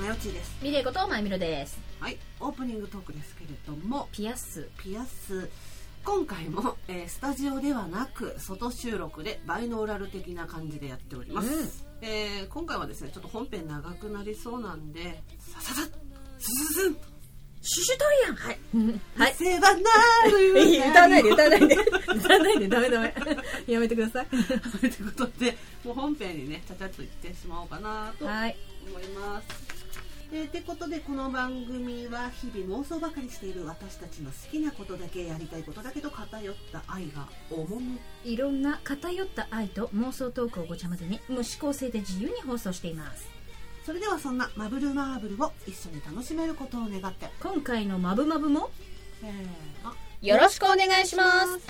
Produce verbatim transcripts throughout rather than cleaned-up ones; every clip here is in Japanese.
よちです。 ミレイことまゆみろです。 はい、オープニングトークですけれども、 ピアスピアス今回も、えー、スタジオではなく外収録でバイノーラル的な感じでやっております、うんえー、今回はですねちょっと本編長くなりそうなんでさささっスズズンとシュシュトリアンはいはい世話なる歌わないで歌わないで歌わないでダメダメやめてくださいということでもう本編にねちゃちゃっと行ってしまおうかなと思います、はいえー、ってことでこの番組は日々妄想ばかりしている私たちの好きなことだけやりたいことだけど偏った愛が重むいろんな偏った愛と妄想トークをごちゃ混ぜに無指向性で自由に放送しています。 それではそんなマブルマーブルを一緒に楽しめることを願って今回のマブマブもせーのよろしくお願いします。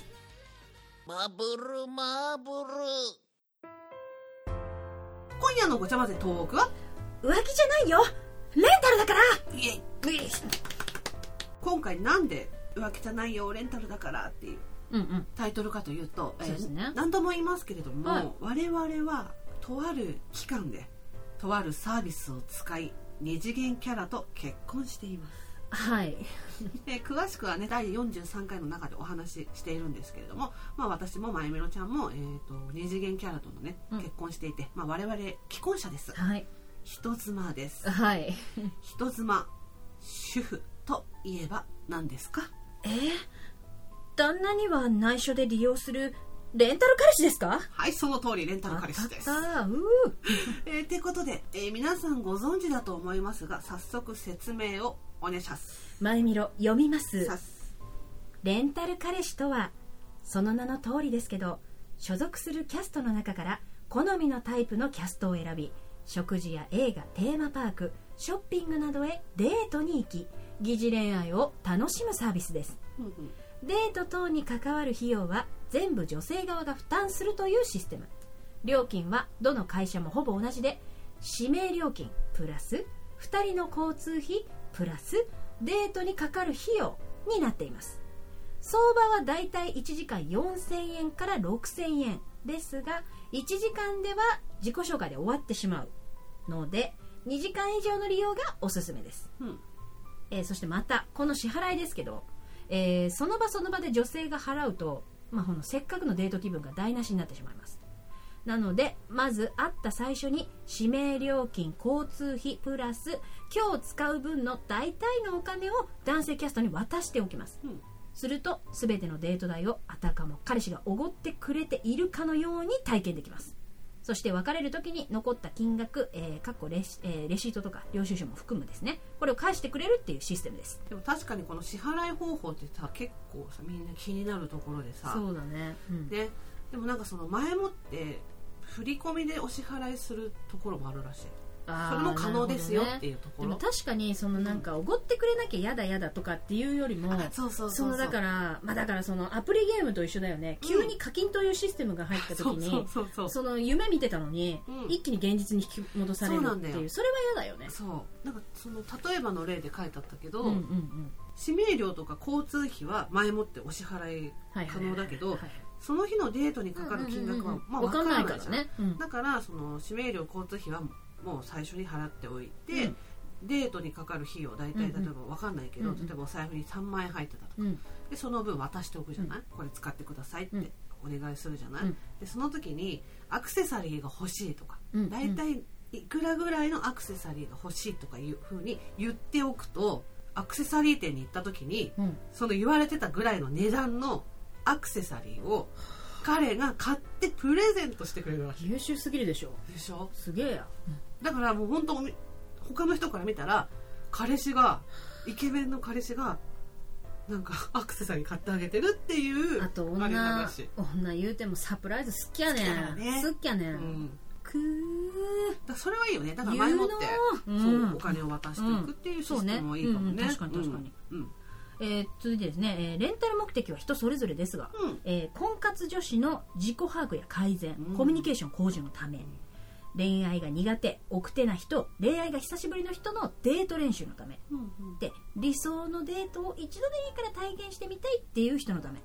マブルマーブル今夜のごちゃ混ぜトークは浮気じゃないよレンタルだからイエイ今回なんで浮気じゃないよレンタルだからっていうタイトルかというと、 うんうんえーね、 何度も言いますけれども、はい、我々はとある期間でとあるサービスを使い二次元キャラと結婚していますはいで詳しくはねだいよんじゅうさんかいの中でお話ししているんですけれども、まあ、私もまゆみろちゃんも、えー、と二次元キャラとのね、うん、結婚していて、まあ、我々既婚者です、 はい人妻です。 はい。 人妻、主婦といえば何ですか？ えー、旦那には内緒で利用するレンタル彼氏ですか？ はい、その通りレンタル彼氏です。 あったうえー、ってことで、えー、皆さんご存知だと思いますが、早速説明をお願いします。 まゆみろ読みます。レンタル彼氏とはその名の通りですけど、所属するキャストの中から好みのタイプのキャストを選び。食事や映画、テーマパーク、ショッピングなどへデートに行き疑似恋愛を楽しむサービスです、うんうん、デート等に関わる費用は全部女性側が負担するというシステム。料金はどの会社もほぼ同じで指名料金プラスふたりの交通費プラスデートにかかる費用になっています。相場はだいたいいちじかんよんせんえんからろくせんえんですがいちじかんでは自己紹介で終わってしまうのでにじかん以上の利用がおすすめです、うんえー、そしてまたこの支払いですけど、えー、その場その場で女性が払うと、まあ、このせっかくのデート気分が台無しになってしまいます。なのでまず会った最初に指名料金交通費プラス今日使う分の大体のお金を男性キャストに渡しておきます、うんすると全てのデート代をあたかも彼氏がおごってくれているかのように体験できます。そして別れる時に残った金額、えー、かっこレシ、えー、レシートとか領収書も含むですね、これを返してくれるっていうシステムです。 でも確かにこの支払い方法ってさ結構さみんな気になるところでさそうだね、うん、 で, でもなんかその前もって振り込みでお支払いするところもあるらしい。それも可能ですよっていうところ、 ね、でも確かにそのなんかおごってくれなきゃやだやだとかっていうよりも、うん、そうそうそうそうそのだからまあだからそのアプリゲームと一緒だよね、うん、急に課金というシステムが入った時にその夢見てたのに、うん、一気に現実に引き戻されるっていう、それは嫌だよね。 そうなんかその例えばの例で書いてあったけど、うんうんうん、指名料とか交通費は前もってお支払い可能だけど、その日のデートにかかる金額は、うんうんうん、まあ、分かんないからね、うん、だからその指名料交通費はもう最初に払っておいて、うん、デートにかかる費用大体例えば分かんないけど、うんうん、例えばお財布にさんまんえん入ってたとか、うん、でその分渡しておくじゃない、うん、これ使ってくださいってお願いするじゃない、うん、でその時にアクセサリーが欲しいとか、うん、大体いくらぐらいのアクセサリーが欲しいとかいう風に言っておくとアクセサリー店に行った時に、うん、その言われてたぐらいの値段のアクセサリーを彼が買ってプレゼントしてくれるわけ。 優秀すぎるでしょ。 でしょ。 すげえや、 うんだからもう本当他の人から見たら彼氏がイケメンの彼氏がなんかアクセサリー買ってあげてるっていうあと女女言うてもサプライズ好きやねん好きやねん、うん、くーだそれはいいよね。だから前もって、うん、そうお金を渡していくっていうシステムもいいかもね、うんうん、 確かに確かに、うんうんえー、続いてですね、えー、レンタル目的は人それぞれですが、うんえー、婚活女子の自己把握や改善、うん、コミュニケーション向上のため、うん恋愛が苦手、奥手な人、恋愛が久しぶりの人のデート練習のため、うんうん、で理想のデートを一度でいいから体験してみたいっていう人のため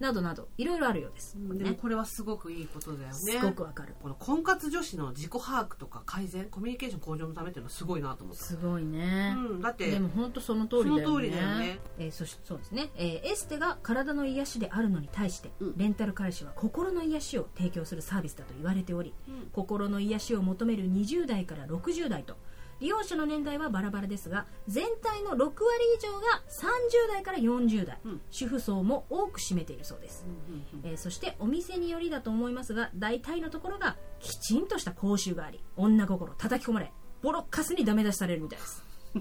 などなどいろいろあるようです、 うんね、でもこれはすごくいいことだよね。 すごくわかる。 この婚活女子の自己把握とか改善、コミュニケーション向上のためっていうのはすごいなと思った。 すごいね、 うん、だってでも本当その通りだよね。 その通りだよね。 えー、そしてそうですね、えー、エステが体の癒しであるのに対して、 うん、 レンタル彼氏は心の癒しを提供するサービスだと言われており、うん、心の癒しを求めるにじゅう代からろくじゅう代と利用者の年代はバラバラですが、全体のろく割以上がさんじゅう代からよんじゅう代、うん、主婦層も多く占めているそうです、うんうんうん、えー、そしてお店によりだと思いますが、大体のところがきちんとした講習があり、女心叩き込まれボロッカスにダメ出しされるみたいです、うん、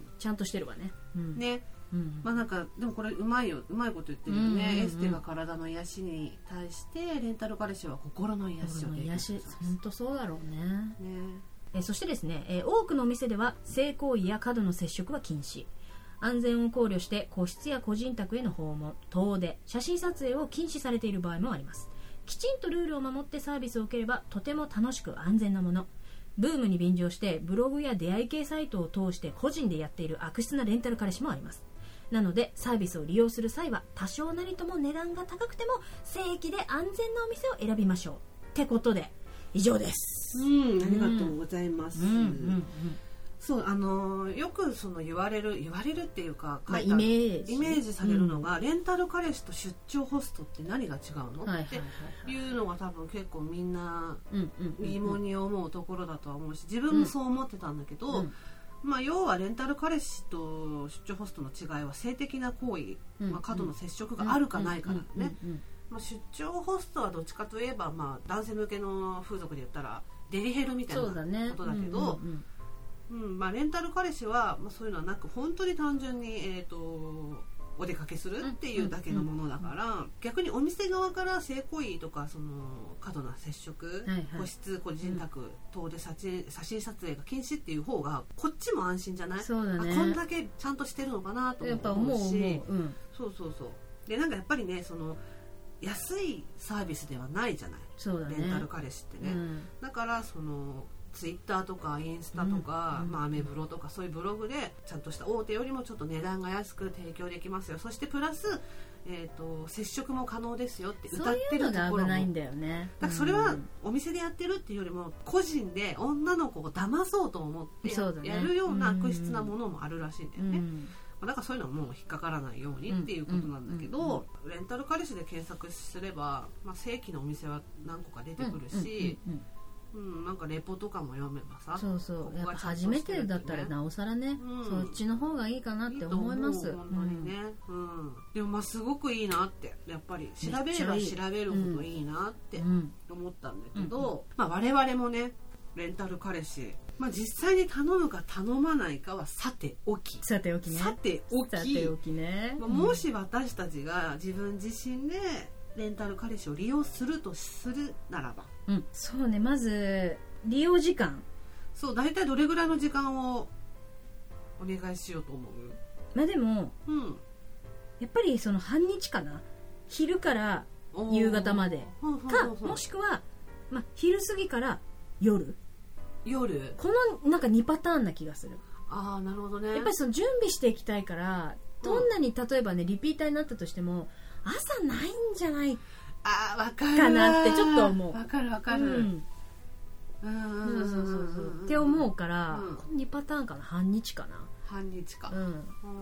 ちゃんとしてるわね、うん、 ね、うん、まあなんかでもこれうまいよ、うまいこと言ってるよね、うんうんうん、エステが体の癒しに対してレンタル彼氏は心の癒しを提供する。 本当そうだろうね。 ね、 えそしてですね、えー、多くのお店では性行為や過度の接触は禁止、安全を考慮して個室や個人宅への訪問、遠出、写真撮影を禁止されている場合もあります。きちんとルールを守ってサービスを受ければとても楽しく安全なもの。ブームに便乗してブログや出会い系サイトを通して個人でやっている悪質なレンタル彼氏もあります。なのでサービスを利用する際は多少なりとも値段が高くても正規で安全なお店を選びましょうってことで以上です。 うん、ありがとうございます。うんうんうん、そうあのよくその言われる言われるっていうか、 まあ、イメージイメージされるのが、うん、レンタル彼氏と出張ホストって何が違うの、はいはいはいはい、っていうのが多分結構みんな疑問に思うところだとは思うし、自分もそう思ってたんだけど、うん、まあ、要はレンタル彼氏と出張ホストの違いは性的な行為、うん、まあ、過度の接触があるかないかだね。まあ、出張ホストはどっちかといえば、まあ、男性向けの風俗で言ったらデリヘルみたいなことだけど、レンタル彼氏は、まあ、そういうのはなく本当に単純に、えーと、お出かけするっていうだけのものだから、うんうんうん、逆にお店側から性行為とかその過度な接触、はいはい、個室個人宅等で写真、写真撮影が禁止っていう方がこっちも安心じゃない？ そうだね、 あこんだけちゃんとしてるのかなと思うし、やっぱ思う思う、うん、そうそうそうで、なんかやっぱりねその安いサービスではないじゃない、 そうだね、 レンタル彼氏ってね、うん、だからそのツイッターとかインスタとか、うんまあ、アメブロとかそういうブログでちゃんとした大手よりもちょっと値段が安く提供できますよ、そしてプラス、えーと、接触も可能ですよって歌ってるところも、そういうのが危ないんだよね。だからそれはお店でやってるっていうよりも個人で女の子を騙そうと思ってやるような悪質なものもあるらしいんだよね、うんうんだからそういうのはもう引っかからないようにっていうことなんだけど、レンタル彼氏で検索すれば、まあ、正規のお店は何個か出てくるし、うん、なんかレポとかも読めばさ、 そうそう、ここがちゃんとしてるってね、やっぱ初めてだったらなおさらね、うん、そっちの方がいいかなって思います。いいと思う、本当にね、うんうん、でもまあすごくいいなってやっぱり調べれば調べるほどいいなって思ったんだけど、うんうん、まあ、我々もねレンタル彼氏、まあ、実際に頼むか頼まないかはさておきさておきねさておき、 さておきね、 まあ、もし私たちが自分自身でレンタル彼氏を利用するとするならば、 うん、そうね、まず利用時間、 そう大体どれぐらいの時間をお願いしようと思う？ まあでも、うん、やっぱりその半日かな、昼から夕方までか、もしくは、まあ、昼過ぎから夜夜このなんかにパターンな気がする。 ああ、なるほどね。 やっぱりその準備していきたいから、どんなに例えばねリピーターになったとしても朝ないんじゃないあーわかるかなってちょっと思う。 わかるわかる、うん、 うんそうそうそうそうって思うから、うん、にパターンかな、半日かな、 半日か、うん、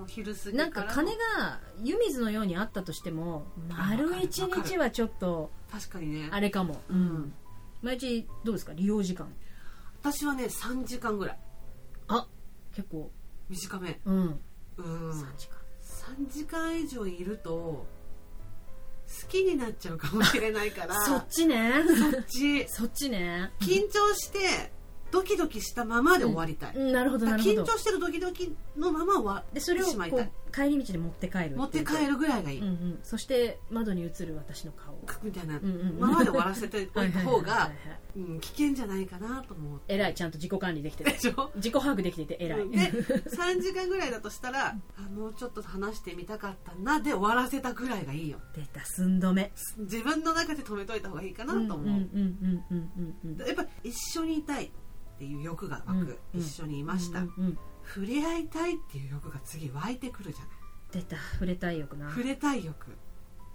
昼過ぎからなんか金が湯水のようにあったとしても丸一日はちょっと確かにねあれかも、うん、毎日どうですか利用時間？ 私はねさんじかんぐらい。 あ、結構短め。 うん、 うん、さんじかんさんじかん以上いると好きになっちゃうかもしれないからそっちねそっちそっちね緊張してドキドキしたままで終わりたい、 うん、なるほどなるほど。 緊張してるドキドキのまま終わってしまいたい。でそれをこう帰り道で持って帰る持って帰るぐらいがいい、 うんうん、そして窓に映る私の顔みたいな、うんうん、ままで終わらせておいた方が危険じゃないかなと思う。 偉い、ちゃんと自己管理できてるでしょ自己把握できてて偉い。 でさんじかんぐらいだとしたらあもうちょっと話してみたかったなで終わらせたぐらいがいいよ。 出た寸止め。 自分の中で止めといた方がいいかなと思う。やっぱり一緒にいたいっていう欲が湧く、うんうん、一緒にいました、うんうんうん、触れ合いたいっていう欲が次湧いてくるじゃない。 出た、触れたい欲な。 触れたい欲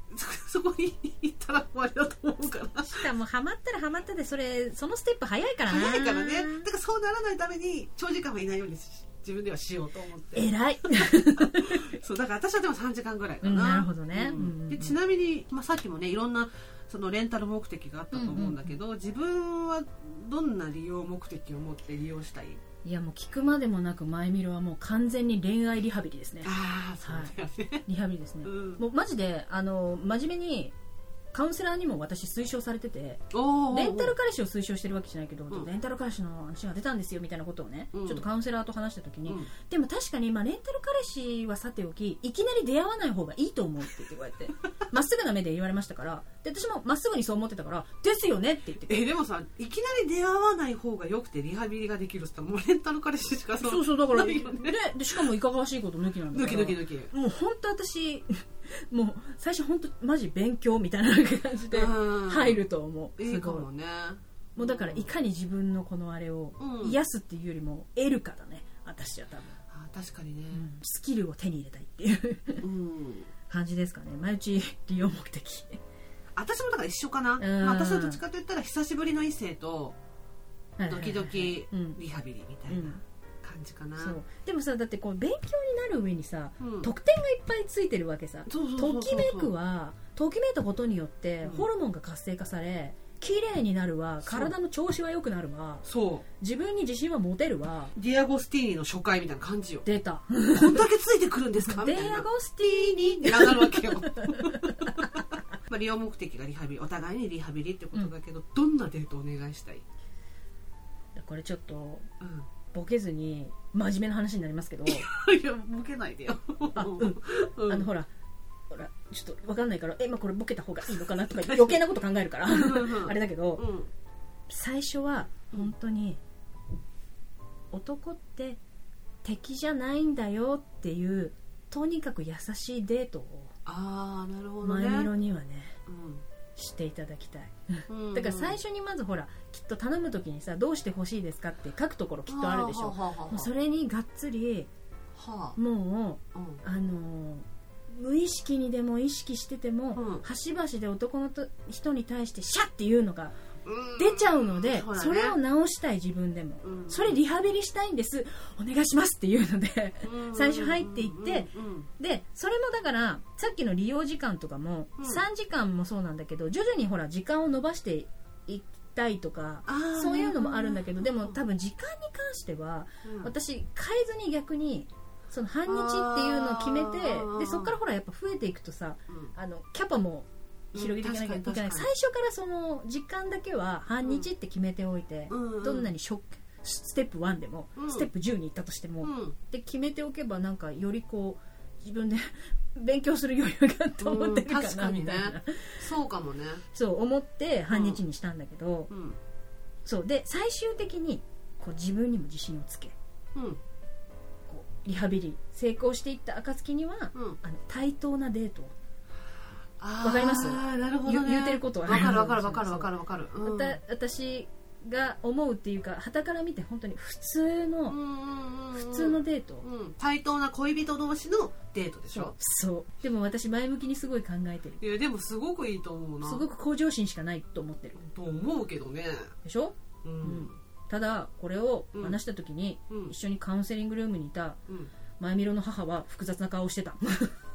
そこに行ったら終わりだと思うからしかもハマったらハマったでそれそのステップ早いからね早いからねだからそうならないために長時間はいないように自分ではしようと思って偉いそうだから私はでもさんじかんぐらいかな、うん、 なるほどね、 うん、でちなみに、まあ、さっきもねいろんなそのレンタル目的があったと思うんだけど、うんうん、自分はどんな利用目的を持って利用したい？ いやもう聞くまでもなくマイミロはもう完全に恋愛リハビリですね。 ああそうだよね、 はい、リハビリですね、 うん、 もうマジであの真面目にカウンセラーにも私推奨されててレンタル彼氏を推奨してるわけじゃないけど、うん、レンタル彼氏の話が出たんですよみたいなことをね、うん、ちょっとカウンセラーと話した時に、うん、でも確かに、まあ、レンタル彼氏はさておきいきなり出会わない方がいいと思うって言われてまっすぐな目で言われましたからで私もまっすぐにそう思ってたからですよねって言っててえでもさいきなり出会わない方がよくてリハビリができるって言ったらもうレンタル彼氏しかそうそうそうだからねでしかもいかがわしいこと抜きなんだから抜き抜き抜きもう本当私もう最初本当マジ勉強みたいな感じで入ると思う。 いいかもね。 もうだからいかに自分のこのあれを癒すっていうよりも得るかだね私は多分。 あ確かにね、うん、 スキルを手に入れたいっていううん、感じですかね。前打ち利用目的私もだから一緒かな、まあ、私はどっちかといったら久しぶりの異性とドキドキリハビリみたいな、うんうん感じかな。 そうでもさだってこう勉強になる上にさ、うん、特典がいっぱいついてるわけさ。ときめくはときめいたことによってホルモンが活性化され、うん、綺麗になるわ体の調子は良くなるわそう自分に自信は持てるわディアゴスティーニの初回みたいな感じよ。 出たこんだけついてくるんですかみたいなディアゴスティーニって上がるわけよまあ利用目的がリハビリお互いにリハビリってことだけど、うん、どんなデートお願いしたい？ これちょっと、 うんボケずに真面目な話になりますけどいやボケないでよあ、うんうん、あのほらほらちょっと分かんないからえ、まあ、これボケた方がいいのかなとか余計なこと考えるからあれだけど、うん、最初は本当に男って敵じゃないんだよっていうとにかく優しいデートをあーなるほどね前色にはね、 うんしていただきたいだから最初にまずほらきっと頼む時にさどうしてほしいですかって書くところきっとあるでしょ。もうそれにがっつり、はあ、もう、うん、あの無意識にでも意識してても、うん、端々で男の人に対してシャッっていうのが出ちゃうので、うん そ, ね、それを直したい自分でも、うん、それリハビリしたいんですお願いしますっていうので最初入っていって、うん、でそれもだからさっきの利用時間とかも、うん、さんじかんもそうなんだけど徐々にほら時間を延ばしていきたいとかそういうのもあるんだけどでも多分時間に関しては、うん、私変えずに逆にその半日っていうのを決めてでそこからほらやっぱ増えていくとさ、うん、あのキャパも広げていかなきゃいけない、うん、最初からその時間だけは半日って決めておいて、うん、どんなにショックステップワンでも、うん、ステップじゅうに行ったとしても、うん、で決めておけばなんかよりこう自分で勉強する余裕がと思ってるかな、うん、確かにね、みたいなそうかもねそう思って半日にしたんだけど、うん、そうで最終的にこう自分にも自信をつけ、 うん、 こうリハビリ成功していった暁には、うん、あの対等なデートをわかります？ なるほどね、 言うてることはわかるわかるわかるわかるわかる、 うん、私が思うっていうか傍から見て本当に普通の普通のデート、 うん、対等な恋人同士のデートでしょ。 そう、でも私前向きにすごい考えてる。 いやでもすごくいいと思うな。 すごく向上心しかないと思ってると思うけどね。 でしょ、うんうん、ただこれを話した時に、うん、一緒にカウンセリングルームにいた前みろの母は複雑な顔をしてた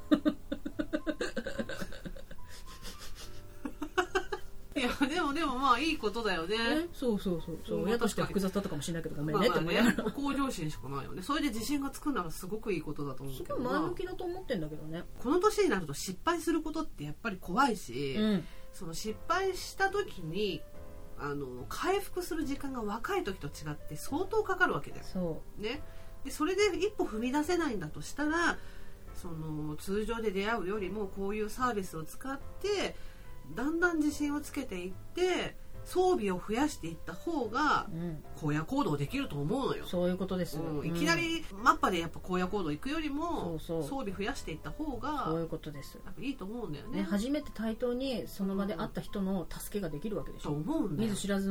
いやでもでもまあいいことだよね。 そうそうそうそう、親としては複雑だったかもしれないけどごめんねって思いながら、まあまあね、向上心しかないよね。それで自信がつくならすごくいいことだと思うけど、 すごい前向きだと思ってんだけどね。 この年になると失敗することってやっぱり怖いし、うん、その失敗した時にあの回復する時間が若い時と違って相当かかるわけだよ。 そう、 ね、でそれで一歩踏み出せないんだとしたらその通常で出会うよりもこういうサービスを使ってだんだん自信をつけていって装備を増やしていった方が荒野行動できると思うのよ。 そういうことです、 うん、いきなりマッパでやっぱ荒野行動行くよりも装備増やしていった方がそういうことです。 やっぱいいと思うんだよね。 ね、初めて対等にその場で会った人の助けができるわけでしょ、 うん、と思うんだよ。 見ず知らずのね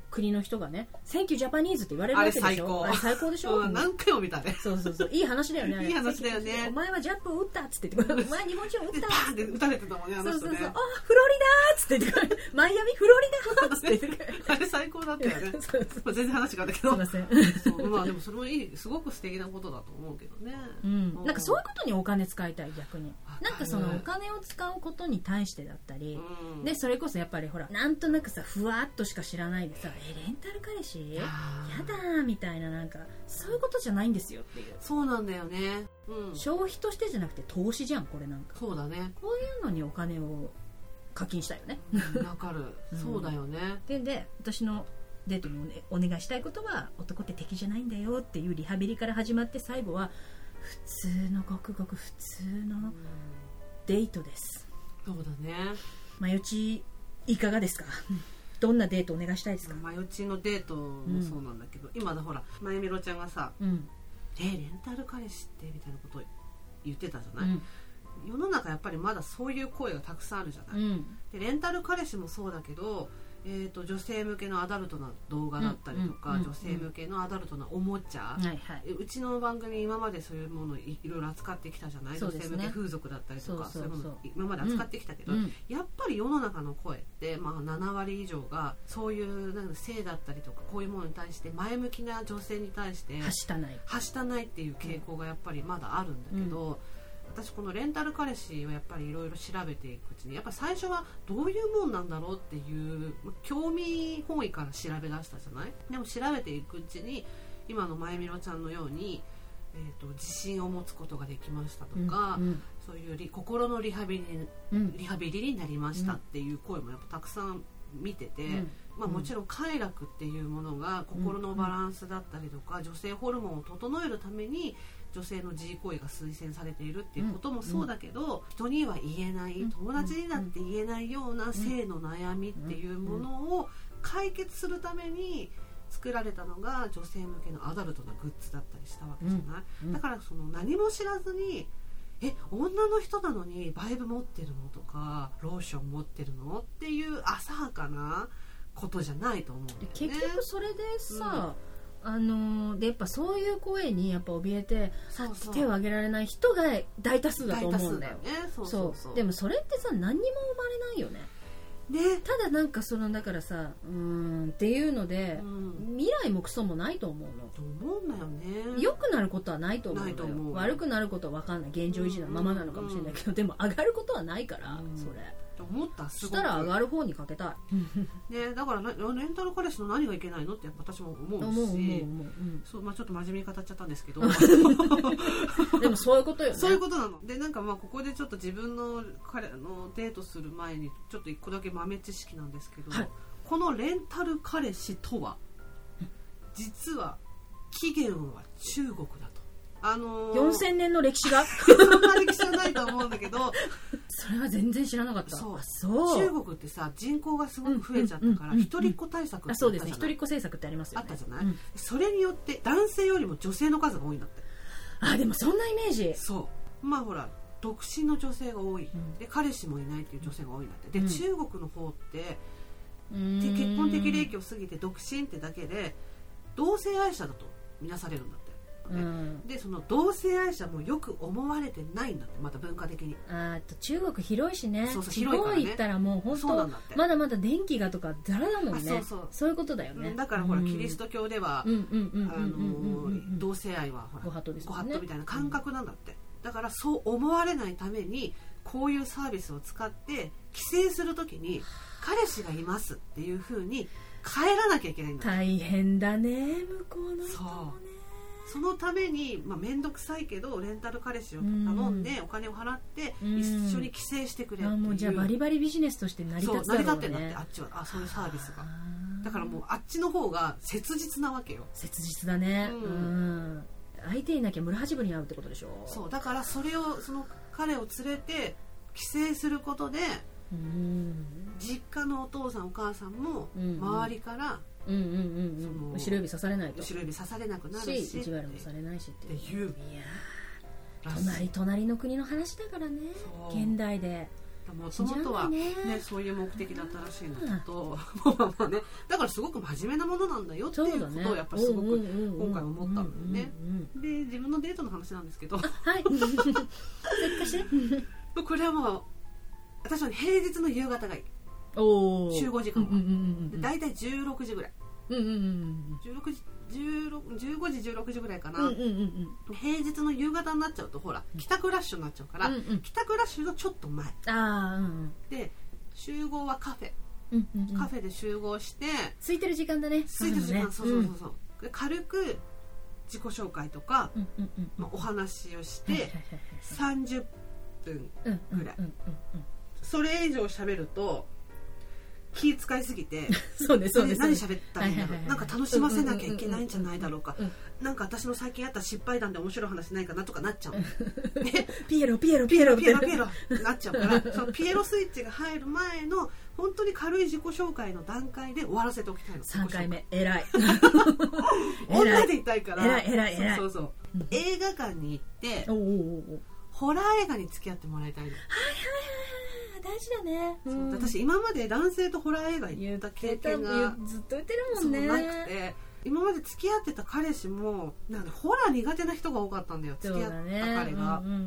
国の人がね Thank you Japanese って言われるわけでしょ。あれ最高でしょ、 うん、何回も見たね。 そうそうそう、いい話だよね。 いい話だよね。 お前はジャンプを打ったっつって言ってお前日本人を打ったっつって打たれてたもんね、あの人ね。そうそうそう、 あフロリダーっつって言ってマイアミフロリダーっつって言ってあれ最高だったよね。そうそう、まあ、全然話変わったけど、すいませんそう、まあ、でもそれもいい、すごく素敵なことだと思うけどね、 うん、なんかそういうことにお金使いたい。逆になんかそのお金を使うことに対してだったり、うん、でそれこそやっぱりほらなんとなくさふわっとしか知らないでさえレンタル彼氏やだみたいな、なんかそういうことじゃないんですよっていう。 そうなんだよね、うん、 消費としてじゃなくて投資じゃんこれ。なんかそうだね、 こういうのにお金を課金したいよね。 わかる、うん、そうだよね。 でで私のデートにお願いしたいことは男って敵じゃないんだよっていうリハビリから始まって、最後は普通のごくごく普通のデートです。 そうだね。 まよちいかがですか？どんなデートお願いしたいですか？ まよちのデートもそうなんだけど、うん、今だほらまゆみろちゃんがさ、うん、えレンタル彼氏ってみたいなことを言ってたじゃない、うん、世の中やっぱりまだそういう声がたくさんあるじゃない、うん、でレンタル彼氏もそうだけど、えー、と女性向けのアダルトな動画だったりとか、うんうん、女性向けのアダルトなおもちゃ、うんはいはい、うちの番組今までそういうものを い, いろいろ扱ってきたじゃない、 そうですね、 女性向け風俗だったりとか、そういうもの今まで扱ってきたけど、うん、やっぱり世の中の声って、まあ、ななわり以上がそういうなんか性だったりとかこういうものに対して前向きな女性に対してはしたないはしたないっていう傾向がやっぱりまだあるんだけど、うん、私このレンタル彼氏をやっぱりいろいろ調べていくうちにやっぱ最初はどういうもんなんだろうっていう興味本位から調べ出したじゃない。でも調べていくうちに今のまゆみろちゃんのように、えーと、自信を持つことができましたとか、うんうん、そういうリ心のリハビリ、うん、リハビリになりましたっていう声もやっぱたくさん見てて、うんまあ、もちろん快楽っていうものが心のバランスだったりとか、女性ホルモンを整えるために女性の自慰行為が推薦されているっていうこともそうだけど、うん、人には言えない、友達にだって言えないような性の悩みっていうものを解決するために作られたのが女性向けのアダルトなグッズだったりしたわけじゃない、うんうん、だからその何も知らずにえ女の人なのにバイブ持ってるのとかローション持ってるのっていう浅はかなことじゃないと思うんだよね。 結局それでさ、うん、あのでやっぱそういう声にやっぱ怯えてそうそう手を挙げられない人が大多数だと思うんだよ。でもそれってさ何にも生まれないよね。ね、ただなんかそのだからさうーんっていうので、うん、未来もクソもないと思うの。 と思うんだよね。 良くなることはないと思うのよ。ないと思う。悪くなることは分かんない。現状維持のままなのかもしれないけど、うんうん、でも上がることはないから、うん、それ思ったすごくしたら上がる方にかけたいね、だからレンタル彼氏の何がいけないのってやっぱ私も思うし、思う思う思う、うん、そう、まあ、ちょっと真面目に語っちゃったんですけどでもそういうことよね。 そういうことなので、なんかまあここでちょっと自分の彼のデートする前にちょっと一個だけ豆知識なんですけど、はい、このレンタル彼氏とは実は起源は中国だと。あのー、 よんせんねんの歴史がそんな歴史はないと思うんだけどそれは全然知らなかった。 そうそう中国ってさ人口がすごく増えちゃったから一人っ子対策ってあったじゃない。 そうですね、一人っ子政策ってありますよね。 あったじゃない、うん、それによって男性よりも女性の数が多いんだって。 あ、でもそんなイメージ。 そうまあほら独身の女性が多い、うん、で彼氏もいないっていう女性が多いんだって。で、うん、中国の方ってで結婚的齢期を過ぎて独身ってだけで同性愛者だとみなされるんだって。うん、でその同性愛者もよく思われてないんだって。また文化的にあと中国広いしね。 そうそう広いからね。 地方行ったらもう本当まだまだ電気がとかザラだもんね。そうそうそういうことだよね。 だからほら、うん、キリスト教では同性愛はほらご法度ですね。 ご法度みたいな感覚なんだって、うん、だからそう思われないためにこういうサービスを使って帰省するときに彼氏がいますっていう風に帰らなきゃいけないんだって。 大変だね向こうの人もね。 そのために、まあ、面倒くさいけどレンタル彼氏を頼んで、うん、お金を払って一緒に帰省してくれっていう、うん、あもうじゃあバリバリビジネスとして成り立つだろうね。 そう成り立ってんだってあっちは。あそういうサービスがだからもうあっちの方が切実なわけよ。 切実だね、うんうん、相手いなきゃ村八分に合うってことでしょ。 そうだからそれをその彼を連れて帰省することで、うん、実家のお父さんお母さんも周りから、うんうんうんうんうん、後ろ指刺されないと。 後ろ指刺されなくなるし意地悪もされないしっていう。いや隣隣の国の話だからね現代で。 もともとは、ねね、そういう目的だったらしいんだけど、うんまあね、だからすごく真面目なものなんだよっていうことをやっぱりすごく今回思ったんだよね。で自分のデートの話なんですけどはいこれはもう私は平日の夕方がいい。お集合時間は、うんうんうん、だいたいじゅうろくじぐらい、うんうんうん、じゅうろくじじゅうろくじゅうごじじゅうろくじぐらいかな、うんうんうん、平日の夕方になっちゃうとほら帰宅ラッシュになっちゃうから、うんうん、帰宅ラッシュのちょっと前あ、うんうん、で集合はカフェ、うんうんうん、カフェで集合して空いてる時間だね空いてる時間、ね、そうそうそうそう、うん、軽く自己紹介とか、うんうんうんまあ、お話をしてさんじゅっぷんぐらい、それ以上喋ると気使いすぎてそうですそうです、何喋ったらいいんだろう、なんか楽しませなきゃいけないんじゃないだろうか、なんか私の最近あった失敗談で面白い話ないかなとかなっちゃうね、ピエロピエロピエロピエロピエロなっちゃうからそのピエロスイッチが入る前の本当に軽い自己紹介の段階で終わらせておきたいの。 さんかいめ偉い女でいたいから偉い偉い偉い、 そうそうそう、映画館に行っておおホラー映画に付き合ってもらいたいの。はいはいはい、大事だね、 うん、私今まで男性とホラー映画行った経験がずっと言ってるもんね。 なくて今まで付き合ってた彼氏もなんかホラー苦手な人が多かったんだよ、付き合った彼が、ねうんうんうん、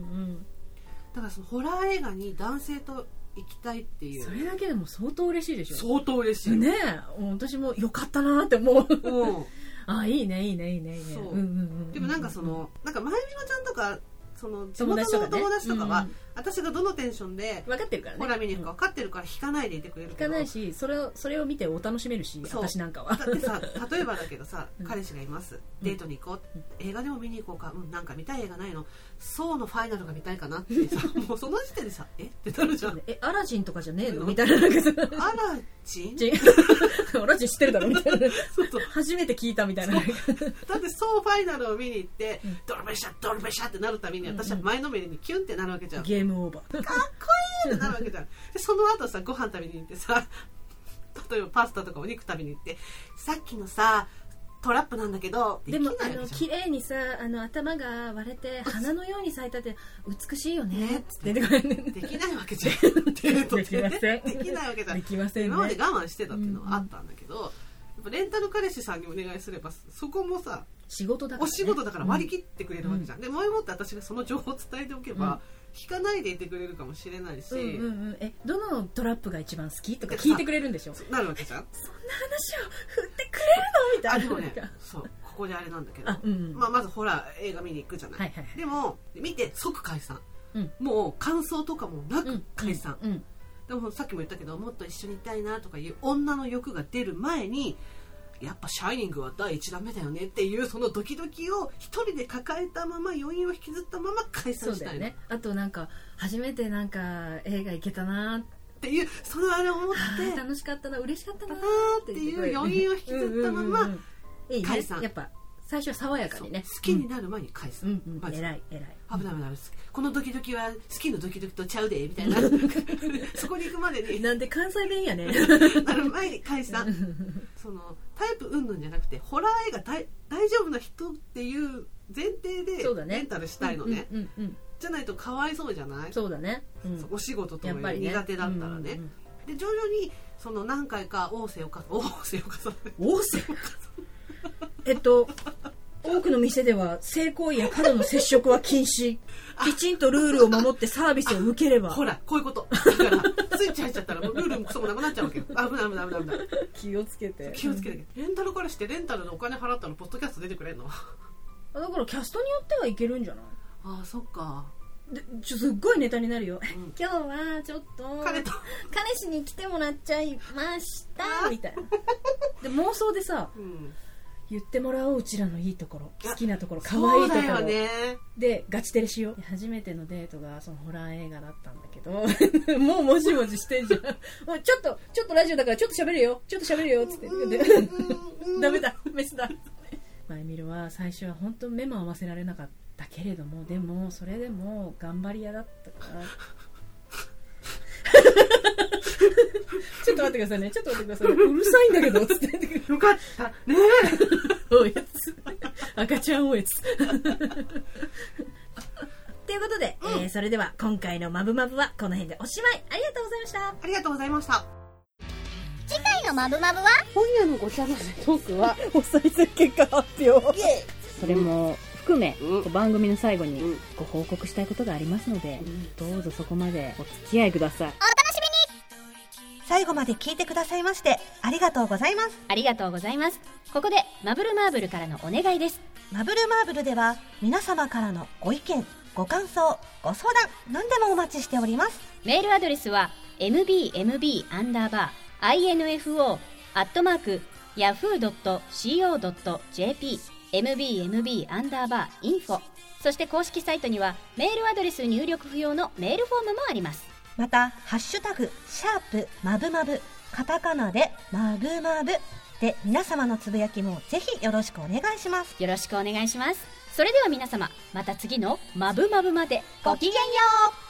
だからそのホラー映画に男性と行きたいっていう、 それだけでも相当嬉しいでしょ。 相当嬉しいね。私もよかったなって思う、うん、あいいねいいねいいねいいね。そう、うんうんうん、 でもなんかそのなんか前みろちゃんとかその地元の友達とかは、ねうん、私がどのテンションで分かってるからね、 ホラー見に行くか分かってるから引かないでいてくれるけど、 引かないし、それをそれを見てお楽しめるし、私なんかはだってさ、例えばだけどさ、うん、彼氏がいます、デートに行こう、うん、映画でも見に行こうか、うん、なんか見たい映画ないの、ソーのファイナルが見たいかなってさもうその時点でさえってなるじゃん。 えアラジンとかじゃねえのみたいな、なんかさアラジンアラジン知ってるだろみたいなそうそう初めて聞いたみたいな。だってソーファイナルを見に行って、うん、ドルベシャドルベシャってなるたびに私は前のめりにキュンってなるわけじゃん。 ゲームオーバーかっこいいってなるわけじゃん。でその後さご飯食べに行ってさ、例えばパスタとかお肉食べに行って、さっきのさトラップなんだけどでもあの綺麗にさあの頭が割れて花のように咲いたって美しいよねってできないわけじゃんできませんできないわけじゃん。 できませんね。 今まで我慢してたっていうのはあったんだけど、うんうん、やっぱレンタル彼氏さんにお願いすればそこもさ仕事だから、ね、 お仕事だから割り切ってくれるわけじゃん、うん、で前もって私がその情報を伝えておけば、うん引かないでいてくれるかもしれないし、うんうんうん、 えどのトラップが一番好きとか聞いてくれるんでしょ。 なるわけじゃん。 そんな話を振ってくれるのみたいな。あでもねそうここであれなんだけど、うんうんまあ、まずホラー映画見に行くじゃない、はいはいはい、でも見て即解散、うん、もう感想とかもなく解散、うんうんうん、でもさっきも言ったけどもっと一緒にいたいなとかいう女の欲が出る前にやっぱシャイニングは第一弾目だよねっていうそのドキドキを一人で抱えたまま余韻を引きずったまま解散したいの。そうだよね。 あとなんか初めてなんか映画行けたなっていうそのあれを思って楽しかったな嬉しかったなっていう余韻を引きずったまま解散。 やっぱ最初は爽やかにね好きになる前に解散、 うんうんうん、偉い偉い危ない危ない、このドキドキは好きのドキドキとちゃうでみたいなそこに行くまでになんで関西弁やねなる前に解散そのタイプ云々じゃなくてホラー映画大大丈夫な人っていう前提でレンタルしたいのね、うんうんうんうん、じゃないとかわいそうじゃない。 そうだね、うん、 お仕事とか苦手だったらね、ねうんうんうん、で徐々にその何回か王政をか王政を重ね王政えっと多くの店では性行為や過度の接触は禁止。きちんとルールを守ってサービスを受ければ。 ほらこういうことだからスイッチ入っちゃったらもうルールもクソもなくなっちゃうわけよ。危ない危ない危ない危ない気をつけて気をつけて。レンタルからしてレンタルのお金払ったのポッドキャスト出てくれんの。 だからキャストによってはいけるんじゃない。 ああそっか。 でちょすっごいネタになるよ、うん、今日はちょっと彼と彼氏に来てもらっちゃいましたみたいなで妄想でさ、うん言ってもらおううちらのいいところ好きなところ可愛いところ、ね、でガチテレしよう。初めてのデートがそのホラー映画だったんだけどもうもじもじしてんじゃんもうちょっとちょっとラジオだからちょっと喋るよちょっと喋るよっつってダメだメスだマイミルは最初は本当目も合わせられなかったけれどもでもそれでも頑張り屋だったからちょっと待ってくださいねちょっと待ってくださいうるさいんだけどつってよかったねおやつ赤ちゃんおやつということで、うん、えー、それでは今回のマブマブはこの辺でおしまい。ありがとうございました。 ありがとうございました。 次回のマブマブは、 今夜のごちゃ混ぜトークはお再生結果発表。 それも含め、うん、番組の最後にご報告したいことがありますので、うん、どうぞそこまでお付き合いください。 お楽しみに。最後まで聞いてくださいましてありがとうございます。 ありがとうございます。ここでマブルマーブルからのお願いです。 マブルマーブルでは皆様からのご意見、ご感想、ご相談、何でもお待ちしております。 メールアドレスは エムビーエムビー アンダーバー アイエヌエフオー アットマーク ヤフー ドット シーオー ドット ジェーピー エムビーエムビー アンダーバー インフォ、そして公式サイトにはメールアドレス入力不要のメールフォームもあります。 またハッシュタグシャープマブマブ、カタカナでマブマブで皆様のつぶやきもぜひよろしくお願いします。 よろしくお願いします。それでは皆様、また次のマブマブまでごきげんよう。